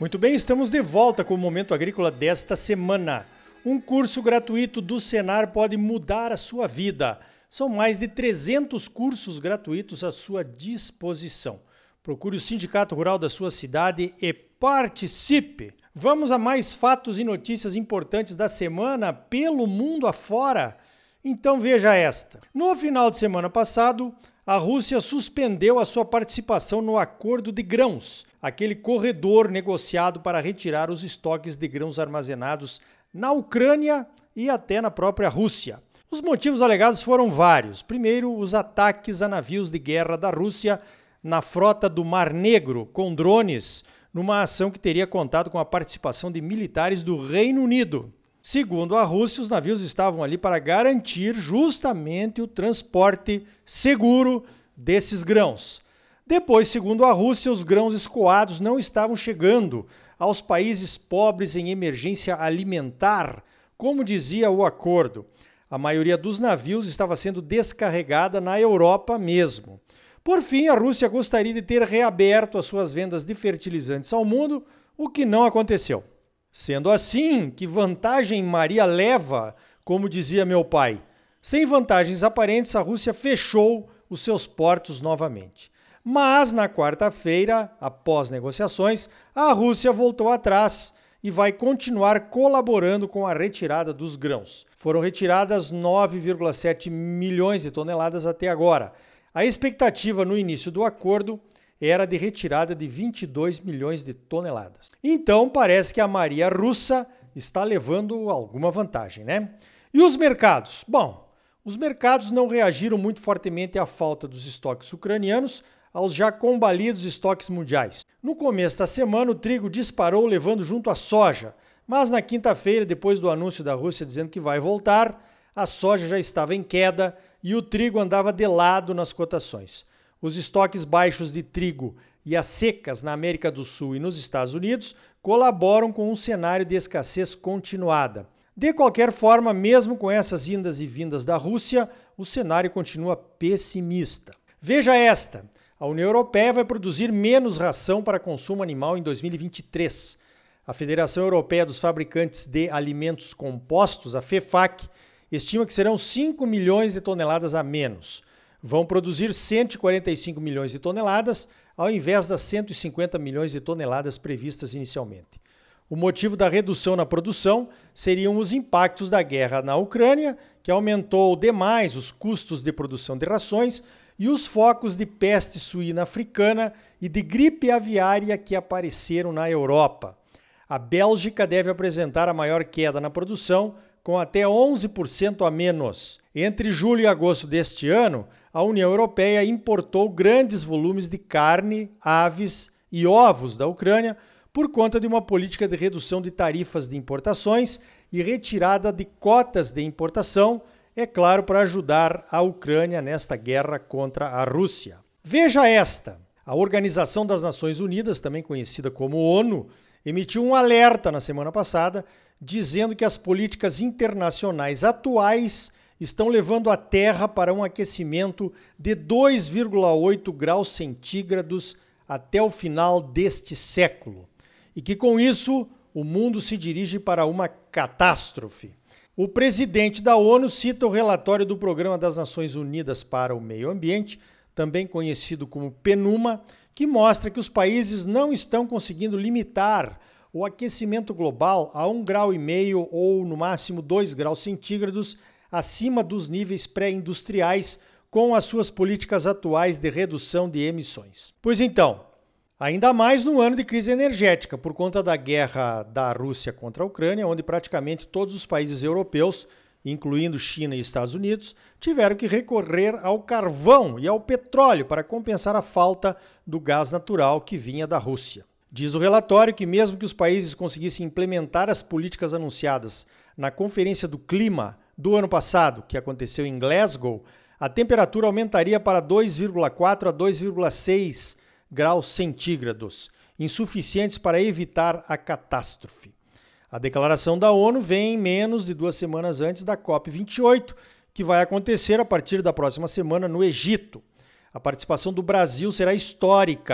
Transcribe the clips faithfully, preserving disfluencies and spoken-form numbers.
Muito bem, estamos de volta com o Momento Agrícola desta semana. Um curso gratuito do Senar pode mudar a sua vida. São mais de trezentos cursos gratuitos à sua disposição. Procure o Sindicato Rural da sua cidade e participe! Vamos a mais fatos e notícias importantes da semana pelo mundo afora? Então veja esta. No final de semana passado, a Rússia suspendeu a sua participação no Acordo de Grãos, aquele corredor negociado para retirar os estoques de grãos armazenados na Ucrânia e até na própria Rússia. Os motivos alegados foram vários. Primeiro, os ataques a navios de guerra da Rússia na frota do Mar Negro com drones, numa ação que teria contado com a participação de militares do Reino Unido. Segundo a Rússia, os navios estavam ali para garantir justamente o transporte seguro desses grãos. Depois, segundo a Rússia, os grãos escoados não estavam chegando aos países pobres em emergência alimentar, como dizia o acordo. A maioria dos navios estava sendo descarregada na Europa mesmo. Por fim, a Rússia gostaria de ter reaberto as suas vendas de fertilizantes ao mundo, o que não aconteceu. Sendo assim, que vantagem Maria leva, como dizia meu pai. Sem vantagens aparentes, a Rússia fechou os seus portos novamente. Mas, na quarta-feira, após negociações, a Rússia voltou atrás e vai continuar colaborando com a retirada dos grãos. Foram retiradas nove vírgula sete milhões de toneladas até agora. A expectativa no início do acordo era de retirada de vinte e dois milhões de toneladas. Então, parece que a Maria Russa está levando alguma vantagem, né? E os mercados? Bom, os mercados não reagiram muito fortemente à falta dos estoques ucranianos aos já combalidos estoques mundiais. No começo da semana, o trigo disparou levando junto a soja, mas na quinta-feira, depois do anúncio da Rússia dizendo que vai voltar, a soja já estava em queda e o trigo andava de lado nas cotações. Os estoques baixos de trigo e as secas na América do Sul e nos Estados Unidos colaboram com um cenário de escassez continuada. De qualquer forma, mesmo com essas indas e vindas da Rússia, o cenário continua pessimista. Veja esta: a União Europeia vai produzir menos ração para consumo animal em dois mil e vinte e três. A Federação Europeia dos Fabricantes de Alimentos Compostos, a FEFAC, estima que serão cinco milhões de toneladas a menos. Vão produzir cento e quarenta e cinco milhões de toneladas, ao invés das cento e cinquenta milhões de toneladas previstas inicialmente. O motivo da redução na produção seriam os impactos da guerra na Ucrânia, que aumentou demais os custos de produção de rações, e os focos de peste suína africana e de gripe aviária que apareceram na Europa. A Bélgica deve apresentar a maior queda na produção, com até onze por cento a menos. Entre julho e agosto deste ano, a União Europeia importou grandes volumes de carne, aves e ovos da Ucrânia por conta de uma política de redução de tarifas de importações e retirada de cotas de importação, é claro, para ajudar a Ucrânia nesta guerra contra a Rússia. Veja esta: a Organização das Nações Unidas, também conhecida como ONU, emitiu um alerta na semana passada dizendo que as políticas internacionais atuais estão levando a Terra para um aquecimento de dois vírgula oito graus centígrados até o final deste século e que, com isso, o mundo se dirige para uma catástrofe. O presidente da ONU cita o relatório do Programa das Nações Unidas para o Meio Ambiente, também conhecido como PNUMA, que mostra que os países não estão conseguindo limitar o aquecimento global a um grau e meio ou, no máximo, dois graus centígrados acima dos níveis pré-industriais com as suas políticas atuais de redução de emissões. Pois então, ainda mais no ano de crise energética, por conta da guerra da Rússia contra a Ucrânia, onde praticamente todos os países europeus, incluindo China e Estados Unidos, tiveram que recorrer ao carvão e ao petróleo para compensar a falta do gás natural que vinha da Rússia. Diz o relatório que mesmo que os países conseguissem implementar as políticas anunciadas na Conferência do Clima do ano passado, que aconteceu em Glasgow, a temperatura aumentaria para dois vírgula quatro a dois vírgula seis graus centígrados, insuficientes para evitar a catástrofe. A declaração da ONU vem menos de duas semanas antes da COP vinte e oito, que vai acontecer a partir da próxima semana no Egito. A participação do Brasil será histórica,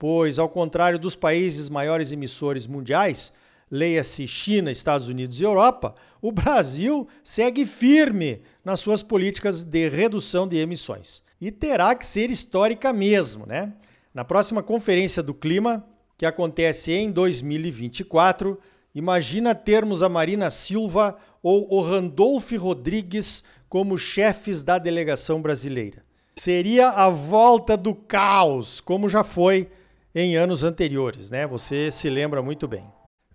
pois, ao contrário dos países maiores emissores mundiais, leia-se China, Estados Unidos e Europa, o Brasil segue firme nas suas políticas de redução de emissões. E terá que ser histórica mesmo, né? Na próxima Conferência do Clima, que acontece em dois mil e vinte e quatro, imagina termos a Marina Silva ou o Randolph Rodrigues como chefes da delegação brasileira. Seria a volta do caos, como já foi em anos anteriores, né? Você se lembra muito bem.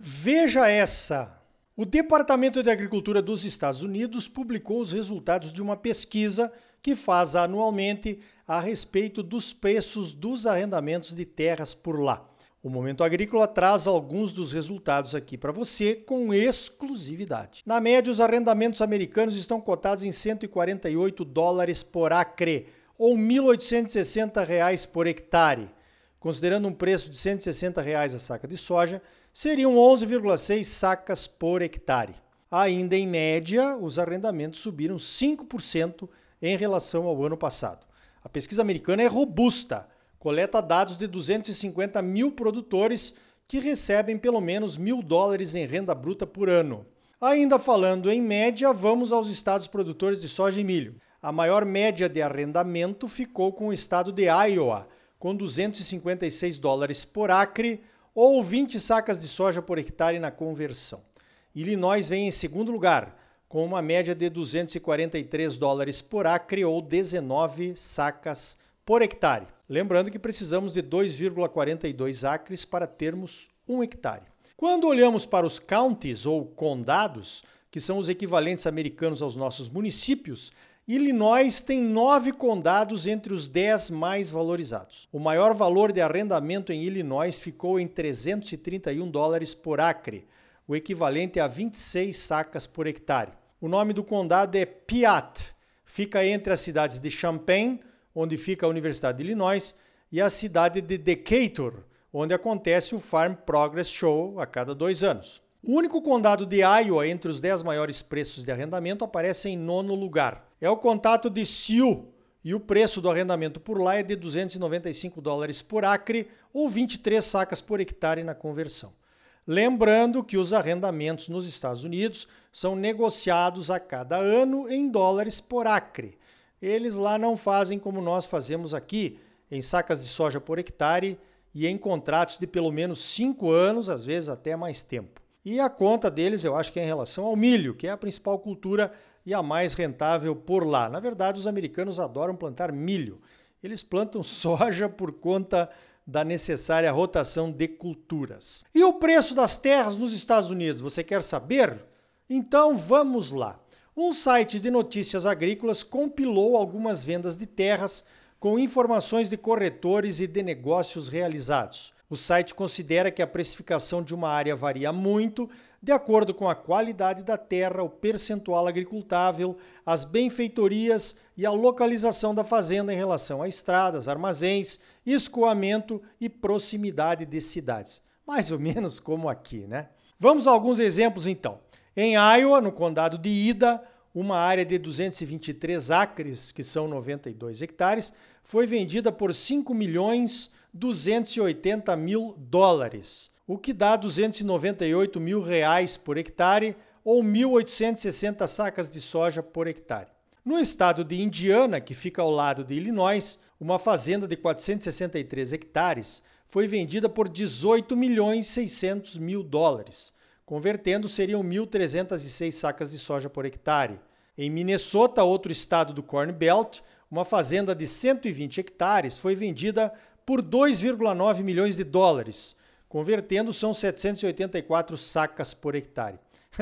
Veja essa! O Departamento de Agricultura dos Estados Unidos publicou os resultados de uma pesquisa que faz anualmente a respeito dos preços dos arrendamentos de terras por lá. O Momento Agrícola traz alguns dos resultados aqui para você com exclusividade. Na média, os arrendamentos americanos estão cotados em cento e quarenta e oito dólares por acre, ou mil oitocentos e sessenta reais por hectare. Considerando um preço de cento e sessenta reais a saca de soja, seriam onze vírgula seis sacas por hectare. Ainda em média, os arrendamentos subiram cinco por cento em relação ao ano passado. A pesquisa americana é robusta, coleta dados de duzentos e cinquenta mil produtores que recebem pelo menos mil dólares em renda bruta por ano. Ainda falando em média, vamos aos estados produtores de soja e milho. A maior média de arrendamento ficou com o estado de Iowa, com duzentos e cinquenta e seis dólares por acre, ou vinte sacas de soja por hectare na conversão. Illinois vem em segundo lugar, com uma média de duzentos e quarenta e três dólares por acre ou dezenove sacas por hectare. Lembrando que precisamos de dois vírgula quarenta e dois acres para termos um hectare. Quando olhamos para os counties ou condados, que são os equivalentes americanos aos nossos municípios, Illinois tem nove condados entre os dez mais valorizados. O maior valor de arrendamento em Illinois ficou em trezentos e trinta e um dólares por acre, o equivalente a vinte e seis sacas por hectare. O nome do condado é Piatt, fica entre as cidades de Champaign, onde fica a Universidade de Illinois, e a cidade de Decatur, onde acontece o Farm Progress Show a cada dois anos. O único condado de Iowa entre os dez maiores preços de arrendamento aparece em nono lugar. É o condado de Sioux, e o preço do arrendamento por lá é de duzentos e noventa e cinco dólares por acre ou vinte e três sacas por hectare na conversão. Lembrando que os arrendamentos nos Estados Unidos são negociados a cada ano em dólares por acre. Eles lá não fazem como nós fazemos aqui, em sacas de soja por hectare e em contratos de pelo menos cinco anos, às vezes até mais tempo. E a conta deles eu acho que é em relação ao milho, que é a principal cultura e a mais rentável por lá. Na verdade, os americanos adoram plantar milho. Eles plantam soja por conta da necessária rotação de culturas. E o preço das terras nos Estados Unidos, você quer saber? Então vamos lá. Um site de notícias agrícolas compilou algumas vendas de terras com informações de corretores e de negócios realizados. O site considera que a precificação de uma área varia muito de acordo com a qualidade da terra, o percentual agricultável, as benfeitorias e a localização da fazenda em relação a estradas, armazéns, escoamento e proximidade de cidades. Mais ou menos como aqui, né? Vamos a alguns exemplos então. Em Iowa, no condado de Ida, uma área de duzentos e vinte e três acres, que são noventa e dois hectares, foi vendida por cinco milhões duzentos e oitenta mil dólares, o que dá duzentos e noventa e oito mil reais por hectare ou mil oitocentos e sessenta sacas de soja por hectare. No estado de Indiana, que fica ao lado de Illinois, uma fazenda de quatrocentos e sessenta e três hectares foi vendida por dezoito milhões seiscentos mil dólares. Convertendo, seriam mil trezentas e seis sacas de soja por hectare. Em Minnesota, outro estado do Corn Belt, uma fazenda de cento e vinte hectares foi vendida por dois vírgula nove milhões de dólares. Convertendo, são setecentas e oitenta e quatro sacas por hectare.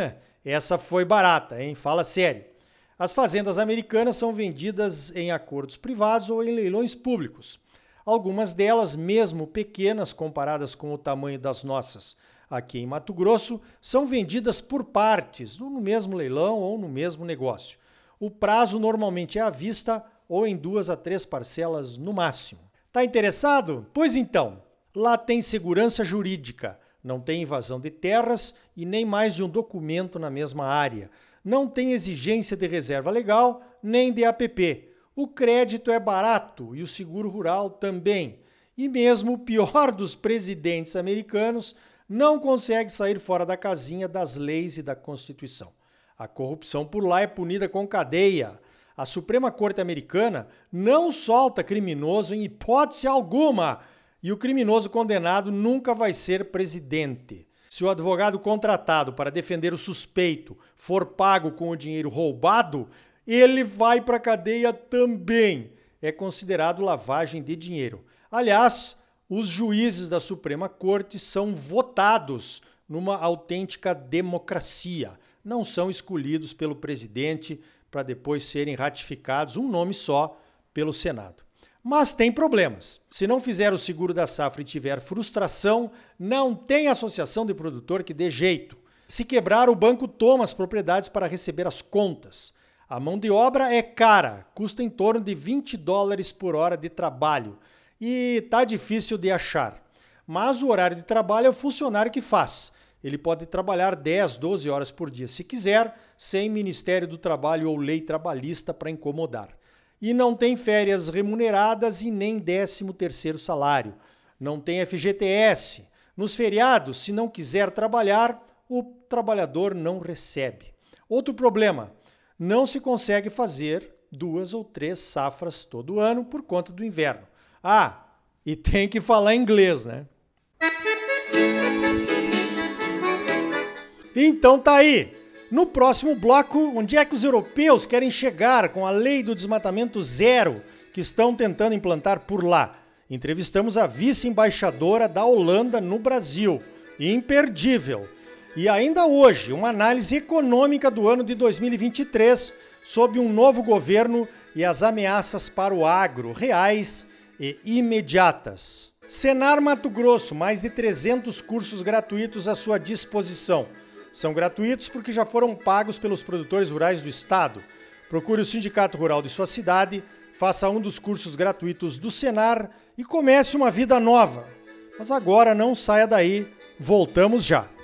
Essa foi barata, hein? Fala sério. As fazendas americanas são vendidas em acordos privados ou em leilões públicos. Algumas delas, mesmo pequenas comparadas com o tamanho das nossas, aqui em Mato Grosso, são vendidas por partes, no mesmo leilão ou no mesmo negócio. O prazo normalmente é à vista ou em duas a três parcelas no máximo. Tá interessado? Pois então, lá tem segurança jurídica, não tem invasão de terras e nem mais de um documento na mesma área. Não tem exigência de reserva legal, nem de A P P. O crédito é barato e o seguro rural também. E mesmo o pior dos presidentes americanos não consegue sair fora da casinha das leis e da Constituição. A corrupção por lá é punida com cadeia. A Suprema Corte Americana não solta criminoso em hipótese alguma e o criminoso condenado nunca vai ser presidente. Se o advogado contratado para defender o suspeito for pago com o dinheiro roubado, ele vai para a cadeia também. É considerado lavagem de dinheiro. Aliás, os juízes da Suprema Corte são votados numa autêntica democracia. Não são escolhidos pelo presidente para depois serem ratificados, um nome só, pelo Senado. Mas tem problemas. Se não fizer o seguro da safra e tiver frustração, não tem associação de produtor que dê jeito. Se quebrar, o banco toma as propriedades para receber as contas. A mão de obra é cara, custa em torno de vinte dólares por hora de trabalho e tá difícil de achar. Mas o horário de trabalho é o funcionário que faz. Ele pode trabalhar dez, doze horas por dia se quiser, sem Ministério do Trabalho ou lei trabalhista para incomodar. E não tem férias remuneradas e nem décimo terceiro salário. Não tem F G T S. Nos feriados, se não quiser trabalhar, o trabalhador não recebe. Outro problema, não se consegue fazer duas ou três safras todo ano por conta do inverno. Ah, e tem que falar inglês, né? Então tá aí. No próximo bloco, onde é que os europeus querem chegar com a lei do desmatamento zero que estão tentando implantar por lá? Entrevistamos a vice-embaixadora da Holanda no Brasil. Imperdível. E ainda hoje, uma análise econômica do ano de dois mil e vinte e três sob um novo governo e as ameaças para o agro, reais e imediatas. Senar Mato Grosso, mais de trezentos cursos gratuitos à sua disposição. São gratuitos porque já foram pagos pelos produtores rurais do estado. Procure o Sindicato Rural de sua cidade, faça um dos cursos gratuitos do Senar e comece uma vida nova. Mas agora não saia daí, voltamos já.